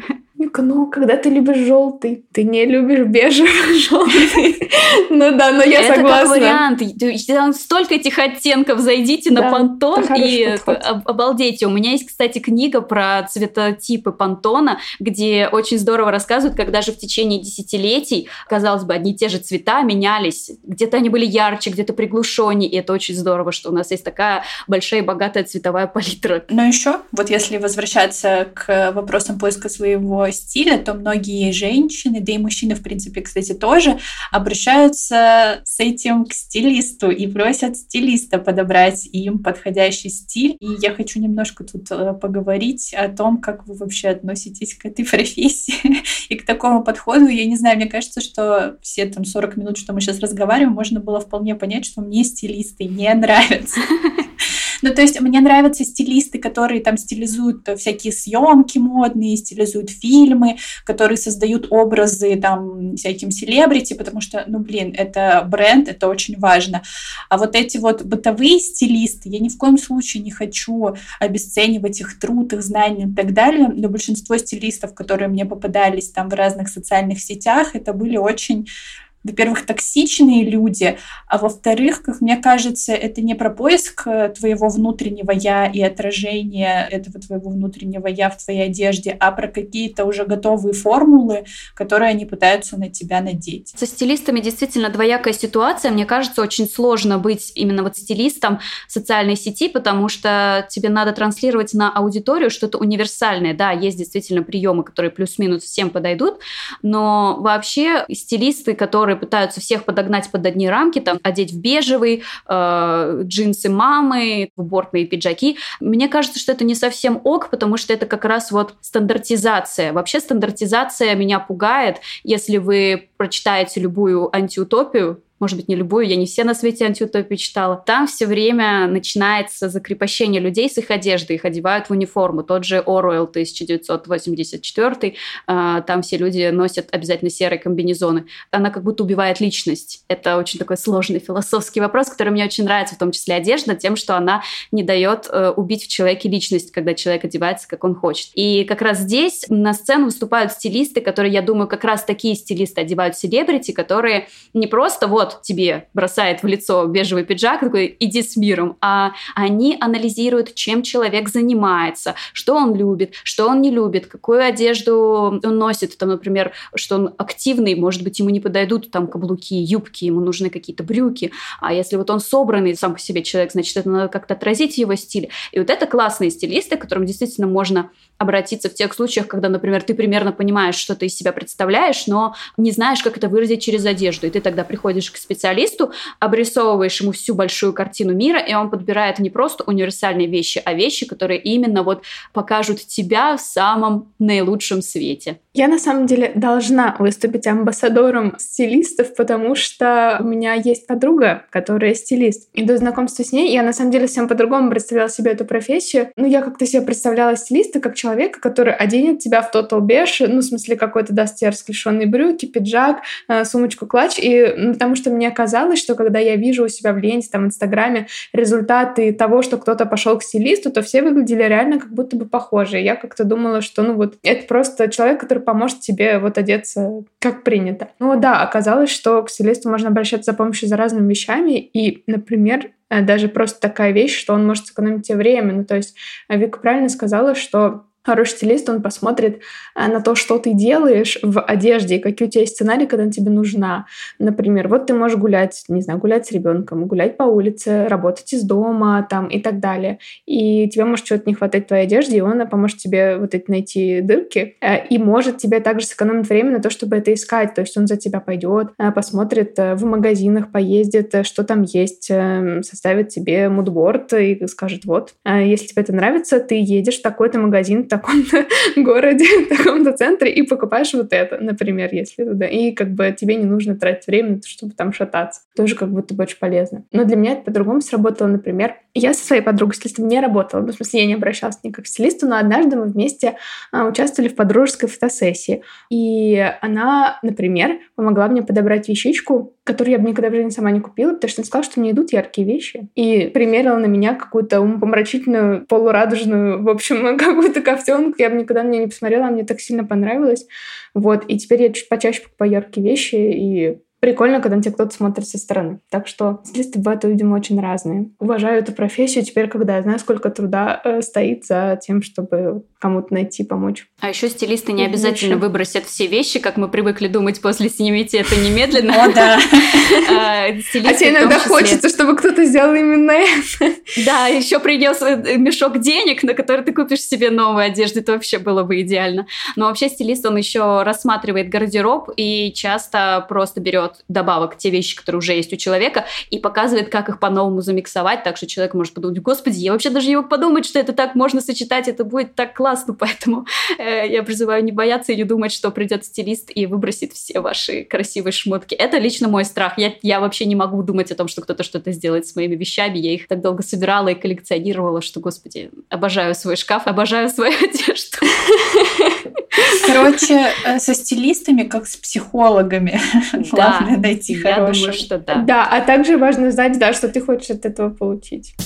Ну, когда ты любишь желтый, ты не любишь бежевый желтый. Ну да, но я это согласна. Это как вариант. Там столько этих оттенков. Зайдите да, на Pantone и обалдейте. У меня есть, кстати, книга про цветотипы Pantone, где очень здорово рассказывают, как даже в течение десятилетий, казалось бы, одни и те же цвета менялись. Где-то они были ярче, где-то приглушеннее. И это очень здорово, что у нас есть такая большая и богатая цветовая палитра. Но еще, вот если возвращаться к вопросам поиска своего стиля, то многие женщины, да и мужчины, в принципе, кстати, тоже обращаются с этим к стилисту и просят стилиста подобрать им подходящий стиль. И я хочу немножко тут поговорить о том, как вы вообще относитесь к этой профессии и к такому подходу. Я не знаю, мне кажется, что все там сорок минут, что мы сейчас разговариваем, можно было вполне понять, что мне стилисты не нравятся. Ну, то есть мне нравятся стилисты, которые там стилизуют всякие съемки модные, стилизуют фильмы, которые создают образы там всяким селебрити, потому что, ну, блин, это бренд, это очень важно. А вот эти вот бытовые стилисты, я ни в коем случае не хочу обесценивать их труд, их знания и так далее, но большинство стилистов, которые мне попадались там в разных социальных сетях, это были очень... во-первых, токсичные люди, а во-вторых, как мне кажется, это не про поиск твоего внутреннего «я» и отражение этого твоего внутреннего «я» в твоей одежде, а про какие-то уже готовые формулы, которые они пытаются на тебя надеть. Со стилистами действительно двоякая ситуация. Мне кажется, очень сложно быть именно вот стилистом социальной сети, потому что тебе надо транслировать на аудиторию что-то универсальное. Да, есть действительно приемы, которые плюс-минус всем подойдут, но вообще стилисты, которые пытаются всех подогнать под одни рамки, там, одеть в бежевый, э, джинсы мамы, убортные пиджаки. Мне кажется, что это не совсем ок, потому что это как раз вот стандартизация. Вообще стандартизация меня пугает. Если вы прочитаете любую антиутопию, может быть, не любую, я не все на свете антиутопии читала. Там все время начинается закрепощение людей с их одеждой, их одевают в униформу. Тот же Оруэлл тысяча девятьсот восемьдесят четвёртый, там все люди носят обязательно серые комбинезоны. Она как будто убивает личность. Это очень такой сложный философский вопрос, который мне очень нравится, в том числе одежда, тем, что она не дает убить в человеке личность, когда человек одевается, как он хочет. И как раз здесь на сцену выступают стилисты, которые, я думаю, как раз такие стилисты одевают селебрити, которые не просто вот тебе бросает в лицо бежевый пиджак, такой «иди с миром», а они анализируют, чем человек занимается, что он любит, что он не любит, какую одежду он носит. Там, например, что он активный, может быть, ему не подойдут там каблуки, юбки, ему нужны какие-то брюки. А если вот он собранный сам по себе человек, значит, это надо как-то отразить его стиль. И вот это классные стилисты, к которым действительно можно обратиться в тех случаях, когда, например, ты примерно понимаешь, что ты из себя представляешь, но не знаешь, как это выразить через одежду. И ты тогда приходишь к специалисту, обрисовываешь ему всю большую картину мира, и он подбирает не просто универсальные вещи, а вещи, которые именно вот покажут тебя в самом наилучшем свете. Я на самом деле должна выступить амбассадором стилистов, потому что у меня есть подруга, которая стилист. И до знакомства с ней я на самом деле совсем по-другому представляла себе эту профессию. Ну, я как-то себе представляла стилиста как человека, который оденет тебя в total beige, ну, в смысле, какой-то даст тебе расклешенные брюки, пиджак, сумочку, клатч. И ну, потому что мне казалось, что когда я вижу у себя в ленте, там, в Инстаграме результаты того, что кто-то пошел к стилисту, то все выглядели реально как будто бы похожи. Я как-то думала, что, ну, вот, это просто человек, который поможет тебе вот одеться как принято. Ну да, оказалось, что к стилисту можно обращаться за помощью за разными вещами. И, например, даже просто такая вещь, что он может сэкономить тебе время. Ну, то есть Вика правильно сказала, что хороший стилист, он посмотрит на то, что ты делаешь в одежде, и какие у тебя есть сценарии, когда она тебе нужна. Например, вот ты можешь гулять, не знаю, гулять с ребенком, гулять по улице, работать из дома там, и так далее. И тебе может чего-то не хватать в твоей одежде, и он поможет тебе вот эти найти дырки, и может тебе также сэкономить время на то, чтобы это искать. То есть он за тебя пойдет, посмотрит в магазинах, поездит, что там есть, составит тебе мудборд и скажет, вот, если тебе это нравится, ты едешь в такой-то магазин, в таком-то городе, в таком-то центре и покупаешь вот это, например, если туда. И как бы тебе не нужно тратить время на то, чтобы там шататься. Тоже как будто бы очень полезно. Но для меня это по-другому сработало. Например, я со своей подругой-стилистом не работала. Ну, в смысле, я не обращалась ни как к стилисту, но однажды мы вместе а, участвовали в подружеской фотосессии. И она, например, помогла мне подобрать вещичку, которую я бы никогда в жизни сама не купила, потому что она сказала, что мне идут яркие вещи. И примерила на меня какую-то умопомрачительную, полурадужную, в общем, какую-то кофтёнку. Я бы никогда на нее не посмотрела, мне так сильно понравилось. Вот. И теперь я чуть почаще покупаю яркие вещи, и прикольно, когда на тебя кто-то смотрит со стороны. Так что стилисты бывают, видимо, очень разные. Уважаю эту профессию теперь, когда я знаю, сколько труда э, стоит за тем, чтобы кому-то найти, помочь. А еще стилисты не обязательно выбросят все вещи, как мы привыкли думать после «Снимите это немедленно». О, да. А тебе иногда хочется, чтобы кто-то сделал именно это. Да, еще принес мешок денег, на который ты купишь себе новую одежду, это вообще было бы идеально. Но вообще стилист, он еще рассматривает гардероб и часто просто берет добавок, те вещи, которые уже есть у человека, и показывает, как их по-новому замиксовать, так что человек может подумать, господи, я вообще даже не мог подумать, что это так можно сочетать, это будет так классно, поэтому э, я призываю не бояться и не думать, что придет стилист и выбросит все ваши красивые шмотки. Это лично мой страх. Я, я вообще не могу думать о том, что кто-то что-то сделает с моими вещами. Я их так долго собирала и коллекционировала, что, господи, обожаю свой шкаф, обожаю свою одежду. Короче, со стилистами, как с психологами. Да, главное найти я хорошего. думаю, что да. Да, а также важно знать, да, что ты хочешь от этого получить.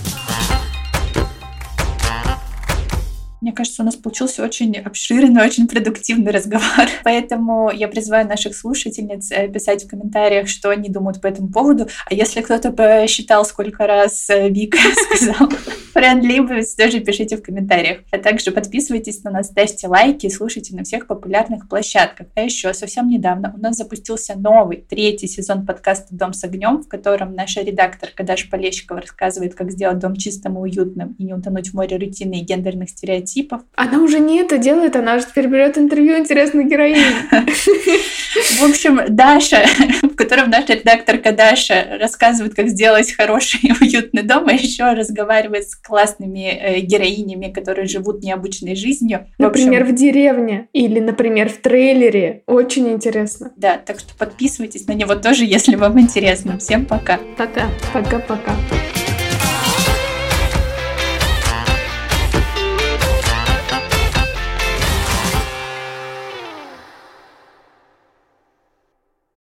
Мне кажется, у нас получился очень обширный, очень продуктивный разговор. Поэтому я призываю наших слушательниц писать в комментариях, что они думают по этому поводу. А если кто-то посчитал, сколько раз Вика сказала friendly, тоже пишите в комментариях. А также подписывайтесь на нас, ставьте лайки и слушайте на всех популярных площадках. А еще совсем недавно у нас запустился новый, третий сезон подкаста «Дом с огнем», в котором наша редакторка Даша Полещикова рассказывает, как сделать дом чистым и уютным и не утонуть в море рутины и гендерных стереотипов. Она уже не это делает, она же теперь берет интервью интересных героинь. В общем, Даша, в котором наша редакторка Даша рассказывает, как сделать хороший и уютный дом, а еще разговаривает с классными героинями, которые живут необычной жизнью. Например, в, общем, в деревне или, например, в трейлере. Очень интересно. Да, так что подписывайтесь на него тоже, если вам интересно. Всем пока. Пока. Пока-пока.